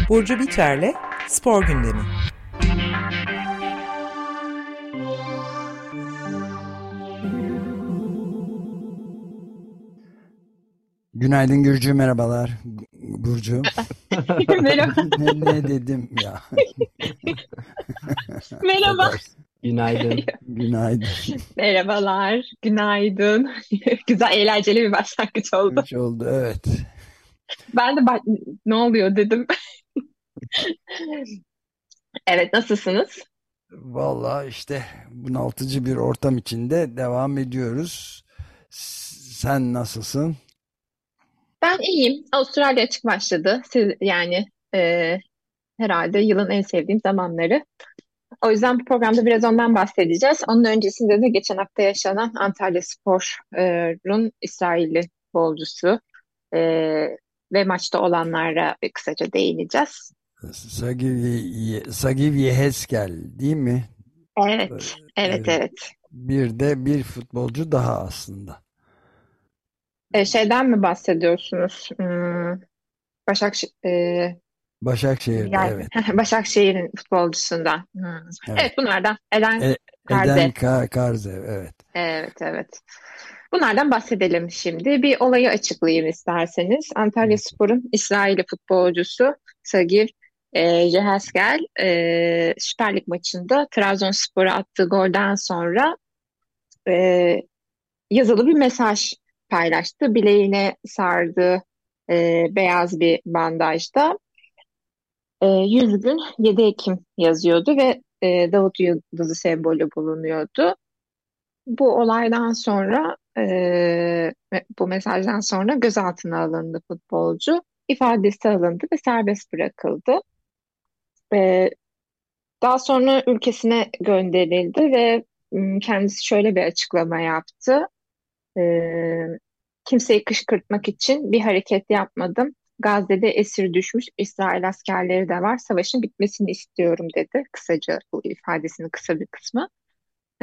Burcu Biterle Spor Gündemi. Günaydın Gürcü, merhabalar Burcu. Merhaba. Ne dedim ya? Merhaba. Günaydın. Günaydın. Merhabalar. Günaydın. Güzel, eğlenceli bir başlangıç oldu. Oldu, evet. Ben de ne oluyor dedim. Evet, nasılsınız? Vallahi işte bunaltıcı bir ortam içinde devam ediyoruz. Sen nasılsın? Ben iyiyim. Avustralya açık başladı. Herhalde yılın en sevdiğim zamanları. O yüzden bu programda biraz ondan bahsedeceğiz. Onun öncesinde de geçen hafta yaşanan Antalyaspor'un İsrailli futbolcusu e, ve maçta olanlara bir kısaca değineceğiz. Sagiv Yehezkel değil mi? Evet, evet, evet. Bir futbolcu daha aslında. Şeyden mi bahsediyorsunuz? Başakşehir'de, evet. Başakşehir'in futbolcusundan. Evet. Evet, bunlardan. Eden Eden Karze. Karzev, evet. Evet, evet. Bunlardan bahsedelim şimdi. Bir olayı açıklayayım isterseniz. Antalyaspor'un İsrailli futbolcusu Sagir Yehezkel Süper Lig maçında Trabzonspor'a attığı golden sonra e, yazılı bir mesaj paylaştı. Bileğine sardığı beyaz bir bandajda 100 gün 7 Ekim yazıyordu ve Davut Yıldızı sembolü bulunuyordu. Bu olaydan sonra bu mesajdan sonra gözaltına alındı futbolcu. İfadesi alındı ve serbest bırakıldı. E, Daha sonra ülkesine gönderildi ve kendisi şöyle bir açıklama yaptı. E, Kimseyi kışkırtmak için bir hareket yapmadım. Gazze'de esir düşmüş İsrail askerleri de var. Savaşın bitmesini istiyorum dedi. Kısaca bu ifadesinin kısa bir kısmı. E,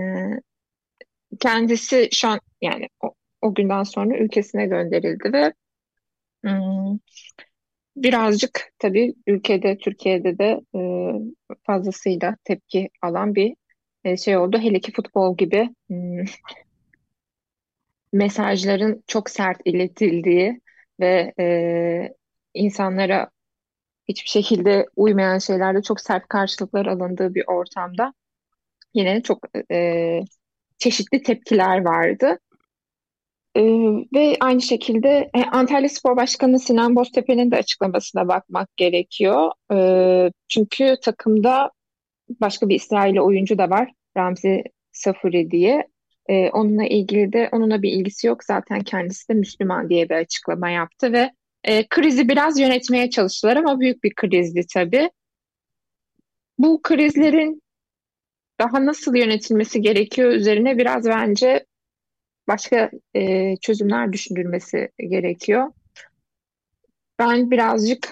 Kendisi şu an yani o günden sonra ülkesine gönderildi ve hmm, birazcık tabii ülkede Türkiye'de de fazlasıyla tepki alan bir şey oldu. Hele ki futbol gibi mesajların çok sert iletildiği ve insanlara hiçbir şekilde uymayan şeylerde çok sert karşılıklar alındığı bir ortamda yine çok çeşitli tepkiler vardı. Ee, Ve aynı şekilde Antalyaspor Başkanı Sinan Boztepe'nin de açıklamasına bakmak gerekiyor. Çünkü takımda başka bir İsrailli oyuncu da var. Ramzi Safuri diye. Onunla bir ilgisi yok. Zaten kendisi de Müslüman diye bir açıklama yaptı ve krizi biraz yönetmeye çalıştılar ama büyük bir krizdi tabii. Bu krizlerin daha nasıl yönetilmesi gerekiyor üzerine biraz bence başka çözümler düşünülmesi gerekiyor. Ben birazcık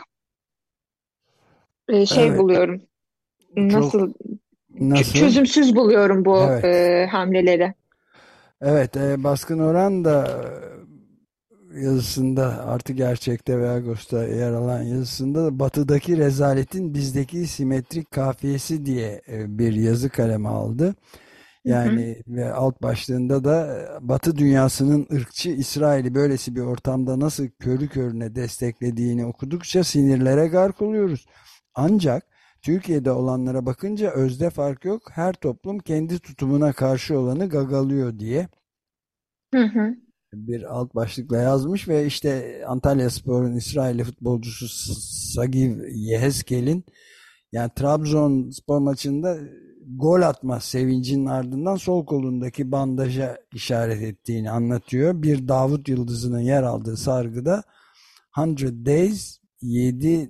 Evet. buluyorum. Çok Nasıl nasıl? çözümsüz buluyorum bu Evet. hamleleri. Evet, Baskın Orhan da yazısında, Artı Gerçek'te ve Ağustos'ta yer alan yazısında da batıdaki rezaletin bizdeki simetrik kafiyesi diye bir yazı kaleme aldı. Hı hı. Yani ve alt başlığında da Batı dünyasının ırkçı İsrail'i böylesi bir ortamda nasıl körü körüne desteklediğini okudukça sinirlere gark oluyoruz. Ancak Türkiye'de olanlara bakınca özde fark yok. Her toplum kendi tutumuna karşı olanı gagalıyor diye Hı hı. bir alt başlıkla yazmış ve işte Antalyaspor'un İsrailli futbolcusu Sagiv Yehezkel'in yani Trabzonspor maçında gol atma sevincinin ardından sol kolundaki bandaja işaret ettiğini anlatıyor. Bir Davut Yıldızı'nın yer aldığı sargıda 100 Days 7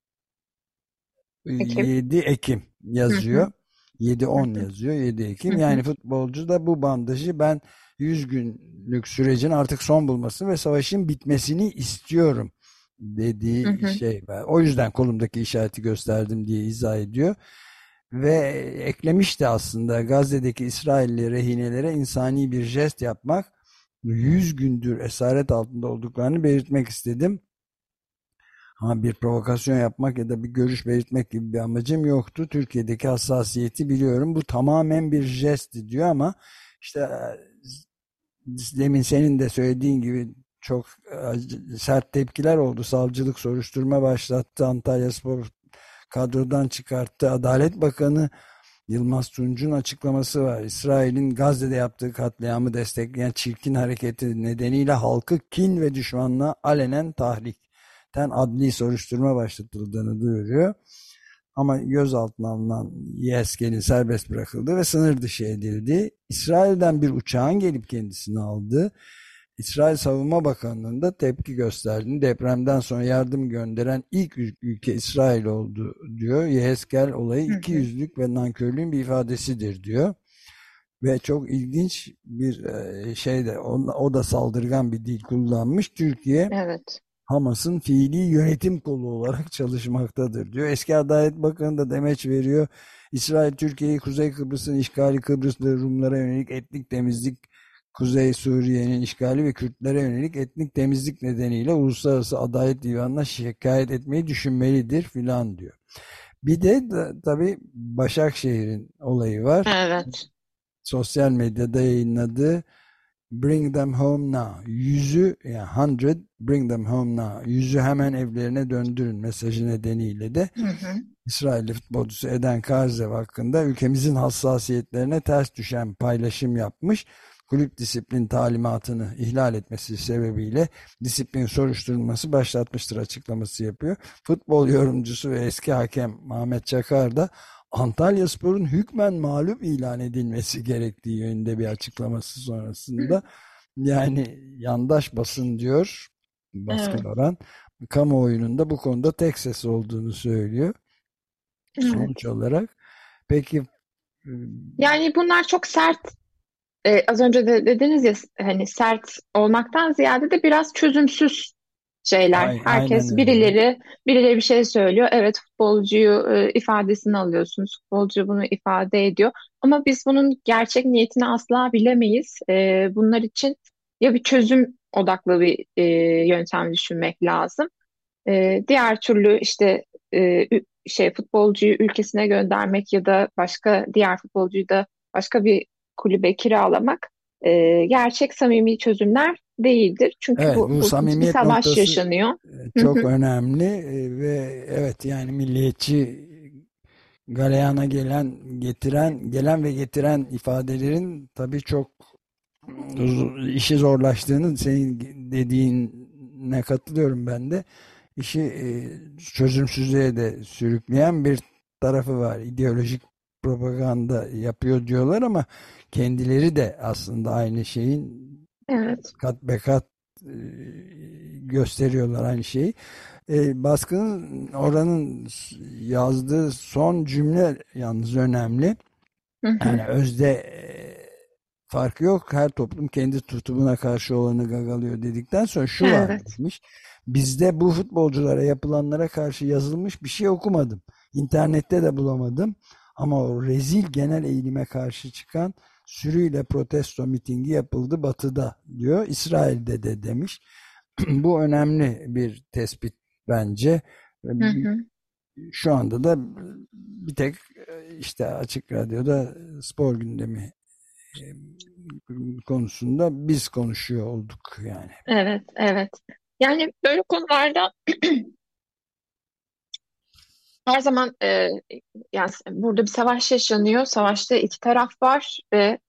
Ekim. 7 Ekim Hı hı. yazıyor. Hı 7-10 hı. yazıyor. 7 Hı Ekim. hı. Yani futbolcu da bu bandajı ben 100 günlük sürecin artık son bulmasını ve savaşın bitmesini istiyorum Hı dediği hı. şey var. O yüzden kolumdaki işareti gösterdim diye izah ediyor. Ve eklemişti aslında Gazze'deki İsrailli rehinelere insani bir jest yapmak 100 gündür esaret altında olduklarını belirtmek istedim. Ama bir provokasyon yapmak ya da bir görüş belirtmek gibi bir amacım yoktu. Türkiye'deki hassasiyeti biliyorum. Bu tamamen bir jest diyor ama işte demin senin de söylediğin gibi çok sert tepkiler oldu. Savcılık soruşturma başlattı. Antalyaspor kadrodan çıkarttı. Adalet Bakanı Yılmaz Tunç'un açıklaması var. İsrail'in Gazze'de yaptığı katliamı destekleyen çirkin hareketi nedeniyle halkı kin ve düşmanlığa alenen tahrikten adli soruşturma başlatıldığını duyuruyor. Ama gözaltına alınan Yeskel'in serbest bırakıldı ve sınır dışı edildi. İsrail'den bir uçağın gelip kendisini aldı. İsrail Savunma Bakanlığı'nda tepki gösterdiğini, depremden sonra yardım gönderen ilk ülke İsrail oldu diyor. Yehezkel olayı Hı hı. ikiyüzlülük ve nankörlüğün bir ifadesidir diyor. Ve çok ilginç bir şey de o da saldırgan bir dil kullanmış. Türkiye Evet. Hamas'ın fiili yönetim kolu olarak çalışmaktadır diyor. Eski Adalet Bakanı da demeç veriyor. İsrail Türkiye'yi Kuzey Kıbrıs'ın işgali, Kıbrıslı Rumlara yönelik etnik temizlik, Kuzey Suriye'nin işgali ve Kürtlere yönelik etnik temizlik nedeniyle Uluslararası Adalet Divanı'na şikayet etmeyi düşünmelidir filan diyor. Bir de tabii Başakşehir'in olayı var. Evet. Sosyal medyada yayınladığı Bring them home now. Yani 100 bring them home now. 100'ü hemen evlerine döndürün mesajı nedeniyle de Hı hı. İsrailli futbolcusu Eden Karzev hakkında ülkemizin hassasiyetlerine ters düşen paylaşım yapmış. Kulüp disiplin talimatını ihlal etmesi sebebiyle disiplin soruşturulması başlatmıştır açıklaması yapıyor. Futbol yorumcusu ve eski hakem Ahmet Çakar da Antalyaspor'un hükmen mağlup ilan edilmesi gerektiği yönünde bir açıklaması sonrasında yani yandaş basın diyor Evet. baskı varan kamuoyunun da bu konuda tek ses olduğunu söylüyor. Evet. Sonuç olarak peki Yani bunlar çok sert. Az önce de dediniz ya, hani sert olmaktan ziyade de biraz çözümsüz şeyler. aynen Herkes öyle. birileri bir şey söylüyor. Evet, futbolcuyu ifadesini alıyorsunuz. Futbolcu bunu ifade ediyor. Ama biz bunun gerçek niyetini asla bilemeyiz. Bunlar için ya bir çözüm odaklı bir yöntem düşünmek lazım. Diğer türlü işte futbolcuyu ülkesine göndermek ya da başka diğer futbolcuyu da başka bir kulübe kiralamak gerçek samimi çözümler değildir. Çünkü Evet, bu, bu bu bir samimiyet savaş noktası yaşanıyor. Hı çok hı. önemli ve evet yani milliyetçi galeyana gelen ve getiren ifadelerin tabii çok işi zorlaştığını senin dediğine katılıyorum ben de. İşi çözümsüzlüğe de sürükleyen bir tarafı var. İdeolojik propaganda yapıyor diyorlar ama kendileri de aslında aynı şeyin Evet. kat be kat e, gösteriyorlar aynı şeyi. Baskının oranın yazdığı son cümle yalnız önemli. Hı hı. Yani özde farkı yok. Her toplum kendi tutumuna karşı olanı gagalıyor dedikten sonra şu var Evet. demiş. Bizde bu futbolculara yapılanlara karşı yazılmış bir şey okumadım. İnternette de bulamadım. Ama o rezil genel eğilime karşı çıkan sürüyle protesto mitingi yapıldı Batı'da diyor. İsrail'de de demiş. Bu önemli bir tespit bence. Hı hı. Şu anda da bir tek işte Açık Radyo'da spor gündemi e, konusunda biz konuşuyor olduk yani. Evet. Evet. Yani böyle konularda her zaman yani burada bir savaş yaşanıyor. Savaşta iki taraf var ve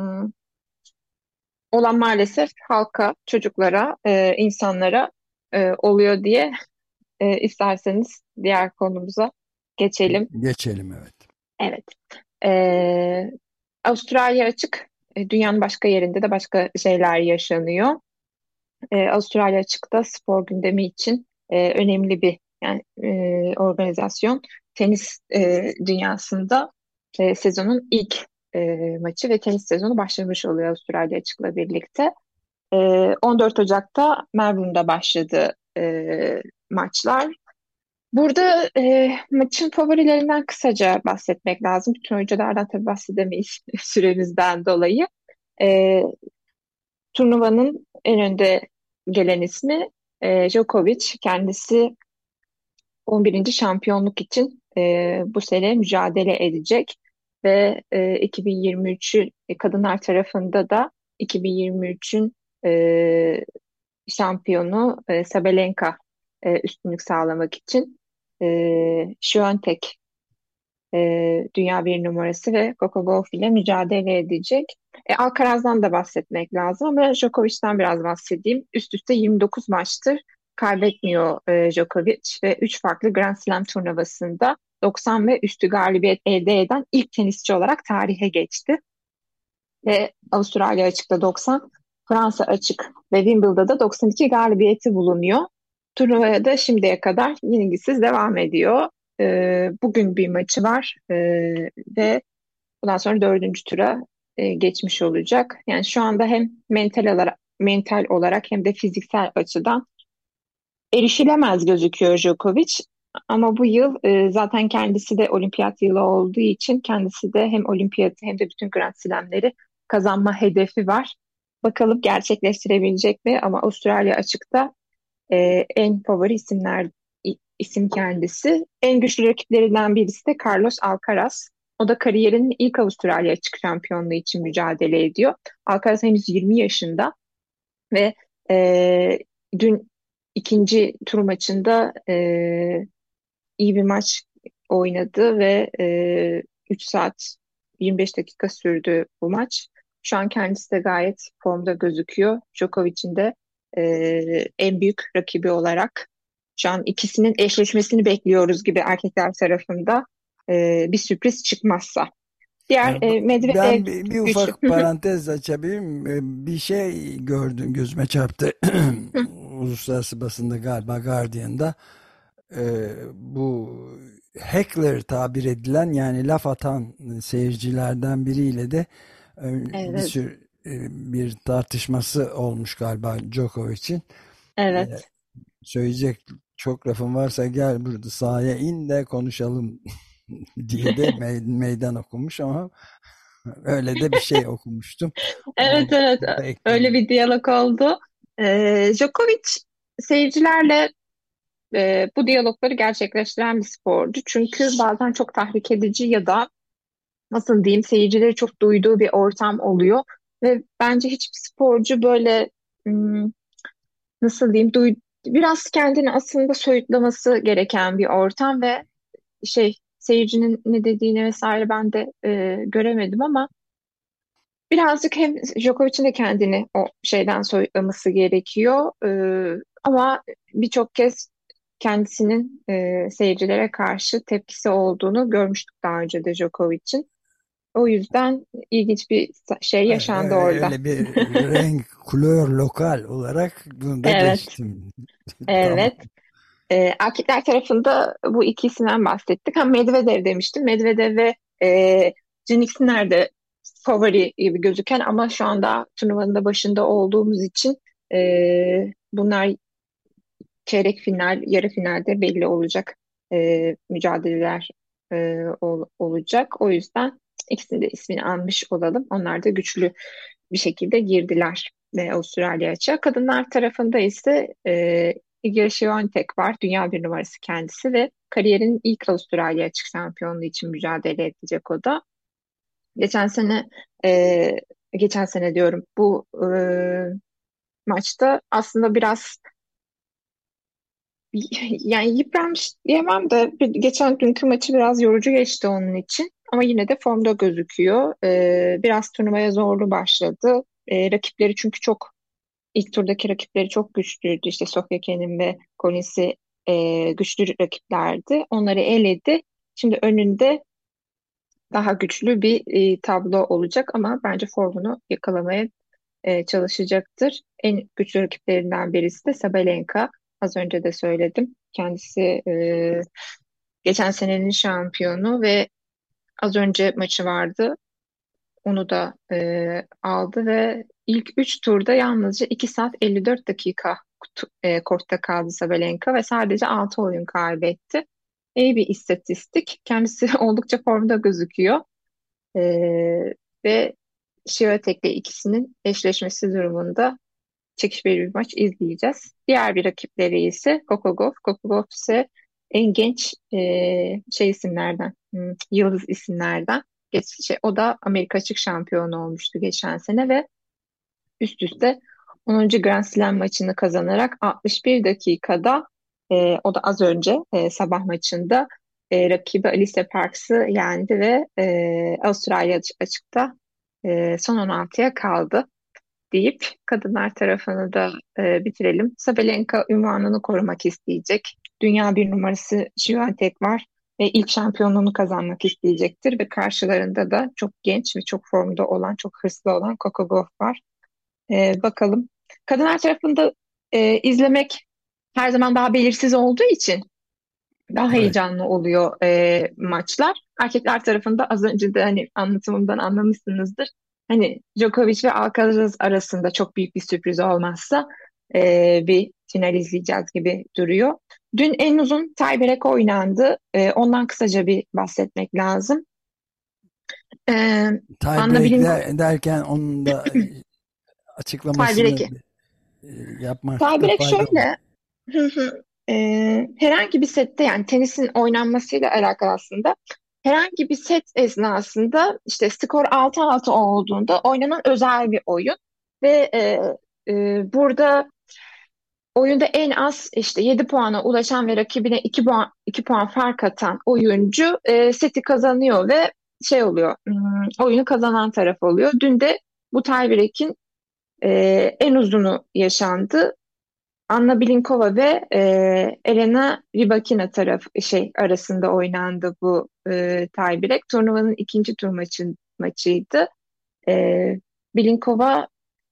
olan maalesef halka, çocuklara, insanlara oluyor diye isterseniz diğer konumuza geçelim. Geçelim evet. Evet. E, Avustralya açık. Dünyanın başka yerinde de başka şeyler yaşanıyor. Avustralya açıkta spor gündemi için önemli bir yani organizasyon. Tenis dünyasında sezonun ilk maçı ve tenis sezonu başlamış oluyor Avustralya açıkla birlikte. 14 Ocak'ta Melbourne'da başladı maçlar. Burada maçın favorilerinden kısaca bahsetmek lazım. Bütün oyunculardan tabii bahsedemeyiz süremizden dolayı. E, Turnuvanın en önde gelen ismi Djokovic. Kendisi 11. şampiyonluk için bu sene mücadele edecek ve 2023'ü kadınlar tarafında da 2023'ün e, şampiyonu Sabalenka üstünlük sağlamak için Świątek dünya bir numarası ve Coco Gauff ile mücadele edecek. Alcaraz'dan da bahsetmek lazım ama Djokovic'ten biraz bahsedeyim. Üst üste 29 maçtır kaybetmiyor Djokovic ve 3 farklı Grand Slam turnuvasında 90 ve üstü galibiyet elde eden ilk tenisçi olarak tarihe geçti. Ve Avustralya açıkta 90, Fransa açık ve Wimbledon'da 92 galibiyeti bulunuyor. Turnuvaya da şimdiye kadar yenilgisiz devam ediyor. Bugün bir maçı var ve bundan sonra dördüncü tura geçmiş olacak. Yani şu anda hem mental olarak hem de fiziksel açıdan erişilemez gözüküyor Djokovic. Ama bu yıl zaten kendisi de olimpiyat yılı olduğu için kendisi de hem olimpiyatı hem de bütün Grand Slam'leri kazanma hedefi var. Bakalım gerçekleştirebilecek mi? Ama Avustralya açıkta en favori isim kendisi. En güçlü rakiplerinden birisi de Carlos Alcaraz. O da kariyerinin ilk Avustralya açık şampiyonluğu için mücadele ediyor. Alcaraz henüz 20 yaşında ve dün ikinci tur maçında iyi bir maç oynadı ve 3 saat 25 dakika sürdü bu maç. Şu an kendisi de gayet formda gözüküyor. Djokovic'in de en büyük rakibi olarak şu an ikisinin eşleşmesini bekliyoruz gibi erkekler tarafında bir sürpriz çıkmazsa. Diğer Medvedev Ben bir güçlü. ufak parantez açabilirim. Bir şey gördüm, gözüme çarptı. Uluslararası basında galiba Guardian'da bu heckler tabir edilen, yani laf atan seyircilerden biriyle de bir Evet, sürü bir tartışması olmuş galiba Djokovic'in. E, evet. Söyleyecek çok lafım varsa gel burada sahaya in de konuşalım diye de meydan okumuş, ama öyle de bir şey okumuştum. Evet, evet, Onu da öyle ekleyeyim. bir diyalog oldu. Djokovic seyircilerle bu diyalogları gerçekleştiren bir sporcu. Çünkü bazen çok tahrik edici ya da nasıl diyeyim seyircileri çok duyduğu bir ortam oluyor. Ve bence hiçbir sporcu böyle hmm, nasıl diyeyim biraz kendini aslında soyutlaması gereken bir ortam ve seyircinin ne dediğini vesaire ben de göremedim ama birazcık hem Djokovic'in de kendini o şeyden soyutlaması gerekiyor. Ama birçok kez kendisinin seyircilere karşı tepkisi olduğunu görmüştük daha önce de Djokovic'in. O yüzden ilginç bir şey Evet, yaşandı orada. öyle bir renk, couleur lokal olarak bunu da Evet, geçtim. Tamam. evet. Erkekler tarafında bu iki isimden bahsettik. Ha, Medvedev demiştim. Medvedev ve Jannik Sinner de favori gibi gözüken ama şu anda turnuvanın da başında olduğumuz için bunlar çeyrek final, yarı finalde belli olacak mücadeleler olacak. O yüzden ikisinin de ismini almış olalım. Onlar da güçlü bir şekilde girdiler Avustralya açığa. Kadınlar tarafında ise Iga Świątek var. Dünya bir numarası kendisi ve kariyerinin ilk Avustralya açık şampiyonluğu için mücadele edecek o da. Geçen sene e, geçen sene diyorum bu maçta aslında biraz yani yıpranmış diyemem de geçen günkü maçı biraz yorucu geçti onun için. Ama yine de formda gözüküyor. Biraz turnuvaya zorlu başladı. Rakipleri çünkü ilk turdaki rakipleri çok güçlüydü. İşte Sofia Kenin ve Collins'i güçlü rakiplerdi. Onları eledi. Şimdi önünde daha güçlü bir tablo olacak ama bence formunu yakalamaya çalışacaktır. En güçlü rakiplerinden birisi de Sabalenka. Az önce de söyledim. Kendisi geçen senenin şampiyonu ve az önce maçı vardı. Onu da aldı ve ilk 3 turda yalnızca 2 saat 54 dakika kortta kaldı Sabalenka ve sadece 6 oyun kaybetti. İyi bir istatistik. Kendisi oldukça formda gözüküyor. E, ve Świątek'le ikisinin eşleşmesi durumunda çekişmeli bir maç izleyeceğiz. Diğer bir rakipleri ise Coco Gauff. Coco Gauff ise en genç şey isimlerden, yıldız isimlerden. O da Amerika açık şampiyonu olmuştu geçen sene ve üst üste 10. Grand Slam maçını kazanarak 61 dakikada o da az önce sabah maçında rakibi Alicia Parks'ı yendi ve Avustralya açıkta son 16'ya kaldı deyip kadınlar tarafını da bitirelim. Sabalenka unvanını korumak isteyecek. Dünya bir numarası Swiatek var ve ilk şampiyonluğunu kazanmak isteyecektir ve karşılarında da çok genç ve çok formda olan, çok hırslı olan Coco Gauff var. Bakalım. Kadınlar tarafında izlemek her zaman daha belirsiz olduğu için daha Evet. heyecanlı oluyor maçlar. Erkekler tarafında az önce de hani anlatımımdan anlamışsınızdır. Hani Djokovic ve Alcaraz arasında çok büyük bir sürpriz olmazsa bir final izleyeceğiz gibi duruyor. Dün en uzun tiebreak oynandı. Ondan kısaca bir bahsetmek lazım. E, Anna Tiebreak Blinko derken onun da açıklamasını tiebreak'i. e, yapmakta Tiebreak fayda var. şöyle. Hı hı. Herhangi bir sette yani tenisin oynanmasıyla alakalı aslında herhangi bir set esnasında işte skor 6-6 olduğunda oynanan özel bir oyun ve burada oyunda en az işte 7 puana ulaşan ve rakibine 2 puan fark atan oyuncu seti kazanıyor ve şey oluyor, oyunu kazanan taraf oluyor. Dün de bu tiebreak'in en uzunu yaşandı. Anna Blinkova ve Elena Rybakina arasında oynandı bu tiebreak. Turnuvanın ikinci tur maçıydı. E, Blinkova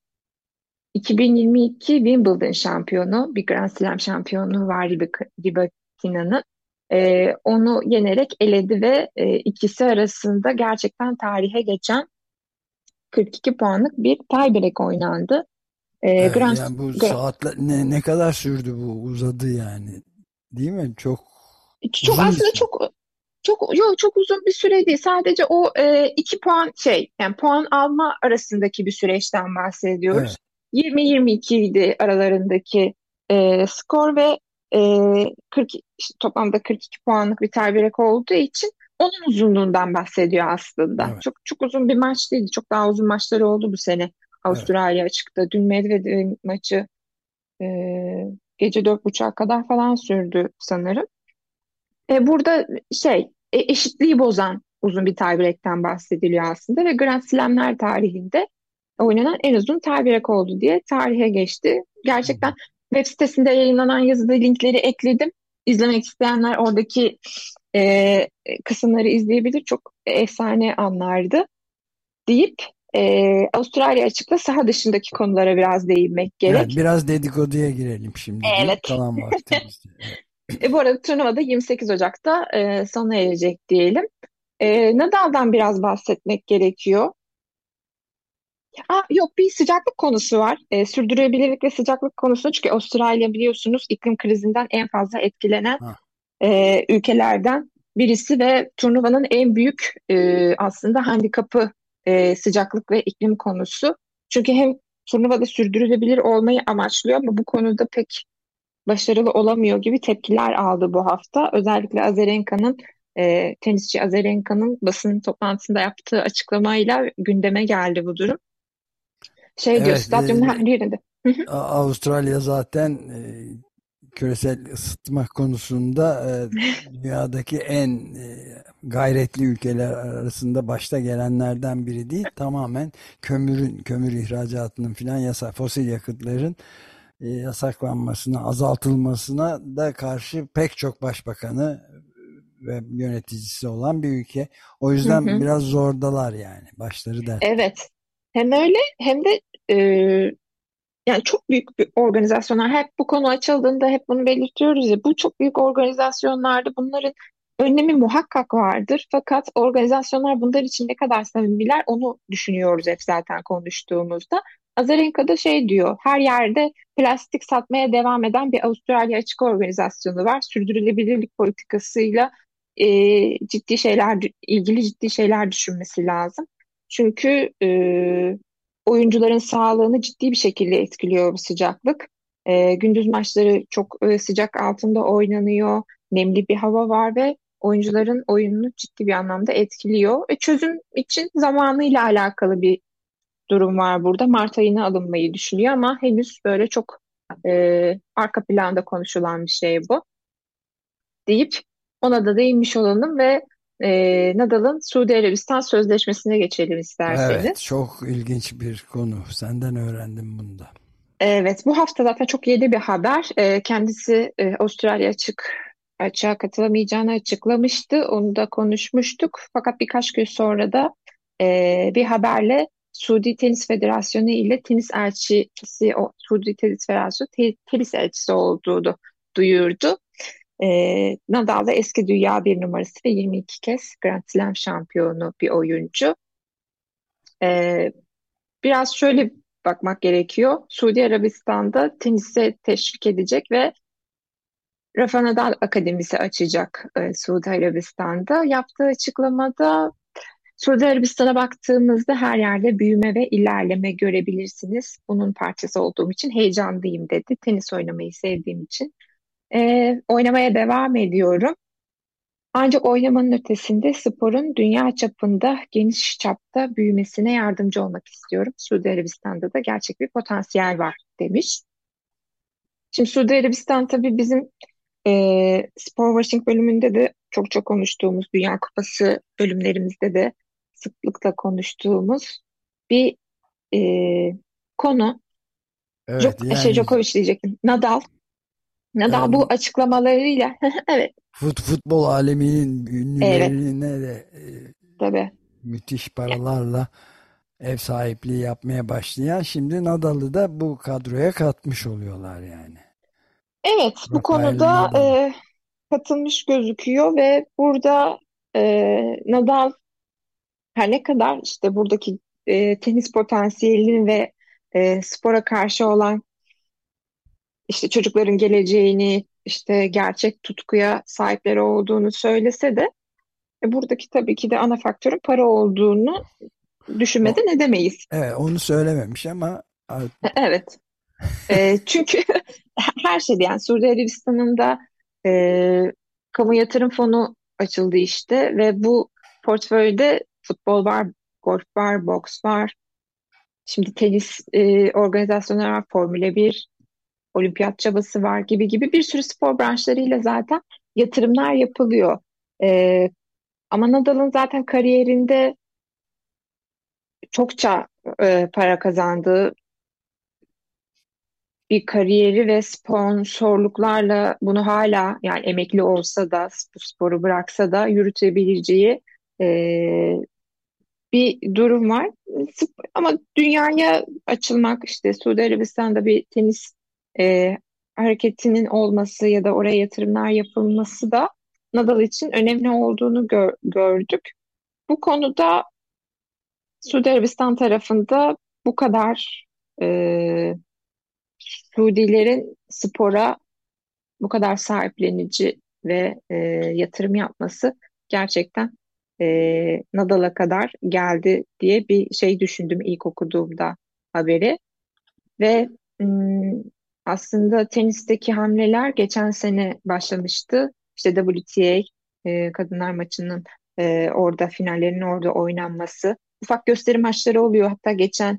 2022 Wimbledon şampiyonu, bir Grand Slam şampiyonu var Rybakina'nın. Onu yenerek eledi ve ikisi arasında gerçekten tarihe geçen 42 puanlık bir tiebreak oynandı. Evet, Grand, yani bu saatler ne kadar sürdü, bu uzadı yani. Değil mi? Çok Çok uzun bir aslında süre. çok uzun bir süre değil. Sadece o 2 puan yani puan alma arasındaki bir süreçten Evet. bahsediyoruz. 20-22 idi aralarındaki skor ve e, işte toplamda 42 puanlık bir tiebreak olduğu için onun uzunluğundan bahsediyor aslında. Evet. Çok uzun bir maç değildi. Çok daha uzun maçları oldu bu sene Evet. Avustralya açıkta. Dün Medvedev maçı e, gece 4.30'a kadar falan sürdü sanırım. Burada eşitliği bozan uzun bir tiebreak'ten bahsediliyor aslında ve Grand Slam'ler tarihinde oynanan en uzun tiebreak oldu diye tarihe geçti. Gerçekten web sitesinde yayınlanan yazıda linkleri ekledim. İzlemek isteyenler oradaki kısımları izleyebilir. Çok efsane anlardı deyip Avustralya açıkta saha dışındaki konulara biraz değinmek Evet, gerek. biraz dedikoduya girelim şimdi değil mi? Evet. Kalan vaktimizde. Evet. Bu arada turnuvada 28 Ocak'ta sona erecek diyelim. Nadal'dan biraz bahsetmek gerekiyor. Yok, bir sıcaklık konusu var. Sürdürülebilirlik ve sıcaklık konusu. Çünkü Avustralya biliyorsunuz iklim krizinden en fazla etkilenen Ha, ülkelerden birisi ve turnuvanın en büyük aslında handikapı sıcaklık ve iklim konusu. Çünkü hem turnuvada sürdürülebilir olmayı amaçlıyor ama bu konuda pek başarılı olamıyor gibi tepkiler aldı bu hafta. Özellikle tenisçi Azarenka'nın basın toplantısında yaptığı açıklamayla gündeme geldi bu durum. Şey diyor, evet, stadyumun her yerinde. Hı hı, Avustralya zaten küresel ısıtma konusunda dünyadaki en gayretli ülkeler arasında başta gelenlerden biri değil. Tamamen kömür ihracatının filan fosil yakıtların yasaklanmasına, azaltılmasına da karşı pek çok başbakanı ve yöneticisi olan bir ülke. O hı yüzden hı. biraz zordalar yani. Başları dertte. Evet. Hem öyle hem de yani çok büyük bir organizasyonlar. Hep bu konu açıldığında hep bunu belirtiyoruz ya. Bu çok büyük organizasyonlarda bunların önlemi muhakkak vardır. Fakat organizasyonlar bunlar için ne kadar samimiler onu düşünüyoruz hep zaten konuştuğumuzda. Azarenka da şey diyor, her yerde plastik satmaya devam eden bir Avustralya Açık Organizasyonu var. Sürdürülebilirlik politikasıyla e, ilgili ciddi şeyler düşünmesi lazım. Çünkü oyuncuların sağlığını ciddi bir şekilde etkiliyor bu sıcaklık. Gündüz maçları çok sıcak altında oynanıyor. nemli bir hava var ve oyuncuların oyununu ciddi bir anlamda etkiliyor. Çözüm için zamanıyla alakalı bir durum var burada. Mart ayına alınmayı düşünüyor ama henüz böyle çok arka planda konuşulan bir şey bu deyip ona da değinmiş olalım ve Nadal'ın Suudi Arabistan sözleşmesine geçelim Evet, isterseniz. çok ilginç bir konu. Senden öğrendim bunu da. Evet, bu hafta zaten çok yeni bir haber. Kendisi Avustralya açığa katılamayacağını açıklamıştı. Onu da konuşmuştuk. Fakat birkaç gün sonra da bir haberle Suudi Tenis Federasyonu ile tenis elçisi, Suudi Tenis Federasyonu tenis elçisi olduğunu duyurdu. Nadal da eski dünya bir numarası ve 22 kez Grand Slam şampiyonu bir oyuncu. E, Biraz şöyle bakmak gerekiyor. Suudi Arabistan'da tenise teşvik edecek ve Rafa Nadal Akademisi açacak Suudi Arabistan'da. Yaptığı açıklamada Suudi Arabistan'a baktığımızda her yerde büyüme ve ilerleme görebilirsiniz. Bunun parçası olduğum için heyecanlıyım dedi. Tenis oynamayı sevdiğim için. Oynamaya devam ediyorum. Ancak oynamanın ötesinde sporun dünya çapında geniş çapta büyümesine yardımcı olmak istiyorum. Suudi Arabistan'da da gerçek bir potansiyel var demiş. Şimdi Suudi Arabistan tabii bizim spor washing bölümünde de çok çok konuştuğumuz, Dünya Kupası bölümlerimizde de sıklıkla konuştuğumuz bir e, konu. Evet, yani Djokovic diyecektim. Nadal. Nadal bu e, açıklamalarıyla evet, futbol aleminin evet, ünlülerine de tabii. müthiş paralarla ev sahipliği yapmaya başlayan, şimdi Nadal'ı da bu kadroya katmış oluyorlar yani. Evet, bu Rafael konuda Nadal. katılmış gözüküyor ve burada Nadal her ne kadar işte buradaki tenis potansiyelini ve spora karşı olan işte çocukların geleceğini, işte gerçek tutkuya sahipleri olduğunu söylese de buradaki tabii ki de ana faktörün para olduğunu O, düşünmeden edemeyiz. evet, onu söylememiş ama Evet. Çünkü her şeyde yani Suudi Arabistan'ın da kamu yatırım fonu açıldı işte ve bu portföyde futbol var, golf var, boks var. Şimdi tenis organizasyonları var, Formula 1, olimpiyat çabası var gibi gibi bir sürü spor branşlarıyla zaten yatırımlar yapılıyor. E, Ama Nadal'ın zaten kariyerinde çokça para kazandığı bir kariyeri ve sponsorluklarla bunu hala yani emekli olsa da bu sporu bıraksa da yürütebileceği e, bir durum var. Ama dünyaya açılmak işte Suudi Arabistan'da bir tenis hareketinin olması ya da oraya yatırımlar yapılması da Nadal için önemli olduğunu gördük. Bu konuda Suudi Arabistan tarafında bu kadar e, Suudilerin spora bu kadar sahiplenici ve yatırım yapması gerçekten Nadal'a kadar geldi diye bir şey düşündüm ilk okuduğumda haberi ve mm, aslında tenisteki hamleler geçen sene başlamıştı. İşte WTA kadınlar maçının orada finallerin orada oynanması. Ufak gösteri maçları oluyor. Hatta geçen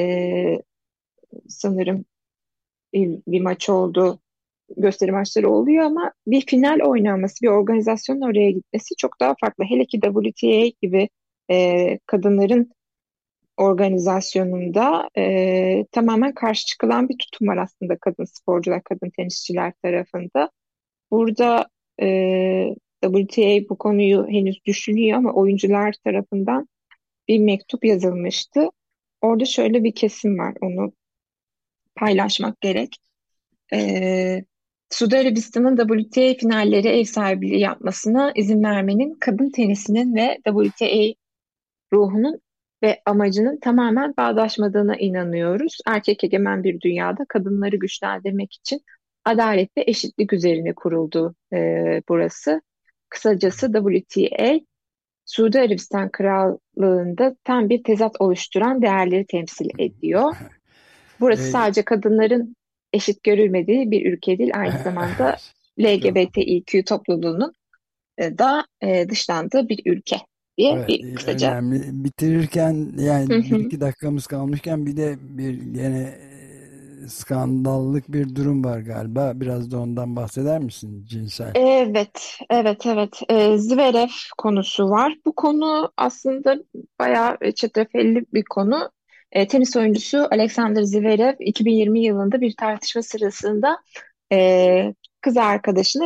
sanırım bir maç oldu, gösteri maçları oluyor ama bir final oynanması, bir organizasyonun oraya gitmesi çok daha farklı. Hele ki WTA gibi kadınların organizasyonunda tamamen karşı çıkılan bir tutum var aslında kadın sporcular, kadın tenisçiler tarafında. Burada WTA bu konuyu henüz düşünüyor ama oyuncular tarafından bir mektup yazılmıştı. Orada şöyle bir kesim var, onu paylaşmak gerek. Ee, Suudi Arabistan'ın WTA finalleri ev sahipliği yapmasına izin vermenin kadın tenisinin ve WTA ruhunun ve amacının tamamen bağdaşmadığına inanıyoruz. Erkek egemen bir dünyada kadınları güçlendirmek için adalet ve eşitlik üzerine kuruldu burası. Kısacası WTA, Suudi Arabistan Krallığı'nda tam bir tezat oluşturan değerleri temsil ediyor. Burası e, sadece kadınların eşit görülmediği bir ülke değil, aynı zamanda LGBTİQ topluluğunun da dışlandığı bir ülke diye Evet, bir kısaca. önemli. Bitirirken Hı yani bir hı. iki dakikamız kalmışken bir de bir gene skandallık bir durum var galiba. Biraz da ondan bahseder misin? Cinsel. Evet, evet, evet. Zverev konusu var. Bu konu aslında bayağı çetrefilli bir konu. Tenis oyuncusu Alexander Zverev 2020 yılında bir tartışma sırasında kız arkadaşına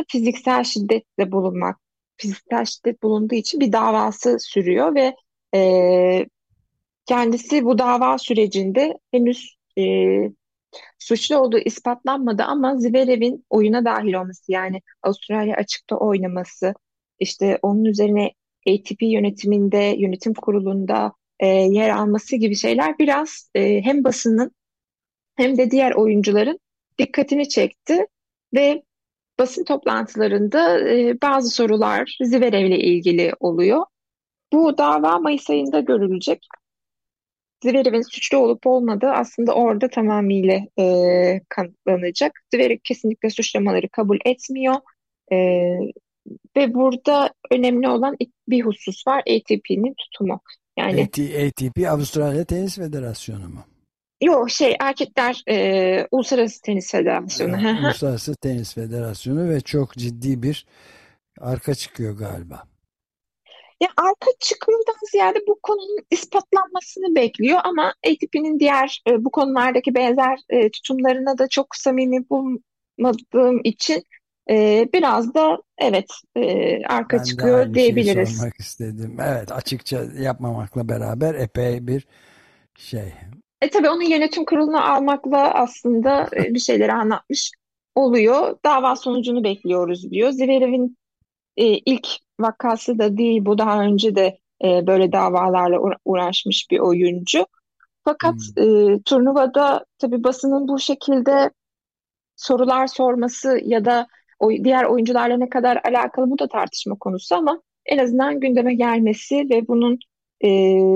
fiziksel şiddet bulunduğu için bir davası sürüyor ve e, kendisi bu dava sürecinde henüz suçlu olduğu ispatlanmadı ama Zverev'in oyuna dahil olması yani Avustralya açıkta oynaması işte onun üzerine ATP yönetiminde yönetim kurulunda yer alması gibi şeyler biraz hem basının hem de diğer oyuncuların dikkatini çekti ve basın toplantılarında bazı sorular Zverev'le ilgili oluyor. Bu dava Mayıs ayında görülecek. Zverev'in suçlu olup olmadığı aslında orada tamamıyla kanıtlanacak. Zverev kesinlikle suçlamaları kabul etmiyor. E, Ve burada önemli olan bir husus var, ATP'nin tutumu. Yani ATP Avustralya Tenis Federasyonu mu? yok şey erkekler Uluslararası Tenis Federasyonu. Hı hı. Uluslararası Tenis Federasyonu ve çok ciddi bir arka çıkıyor galiba. Ya arka çıkımdan ziyade bu konunun ispatlanmasını bekliyor ama ATP'nin diğer bu konulardaki benzer tutumlarına da çok samimi bulmadığım için biraz da evet arka Ben de çıkıyor aynı şeyi diyebiliriz. sormak istedim. Evet, açıkça yapmamakla beraber epey bir şey. Tabii onun yönetim kuruluna almakla aslında bir şeyleri anlatmış oluyor. Dava sonucunu bekliyoruz diyor. Zverev'in ilk vakası da değil bu daha önce de böyle davalarla uğraşmış bir oyuncu. Fakat Hmm. turnuvada tabii basının bu şekilde sorular sorması ya da diğer oyuncularla ne kadar alakalı bu da tartışma konusu ama en azından gündeme gelmesi ve bunun e,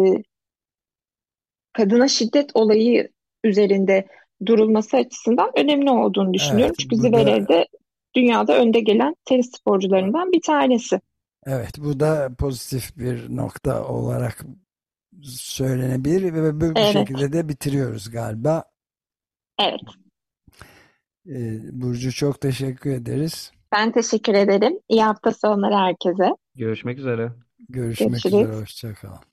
kadına şiddet olayı üzerinde durulması açısından önemli olduğunu düşünüyorum. Evet, Çünkü bu Zverev da de dünyada önde gelen tenis sporcularından bir tanesi. evet, bu da pozitif bir nokta olarak söylenebilir ve bu Evet, şekilde de bitiriyoruz galiba. evet. Burcu, çok teşekkür ederiz. Ben teşekkür ederim. İyi hafta sonları herkese. Görüşmek üzere. Görüşmek üzere, Görüşürüz. hoşça kal.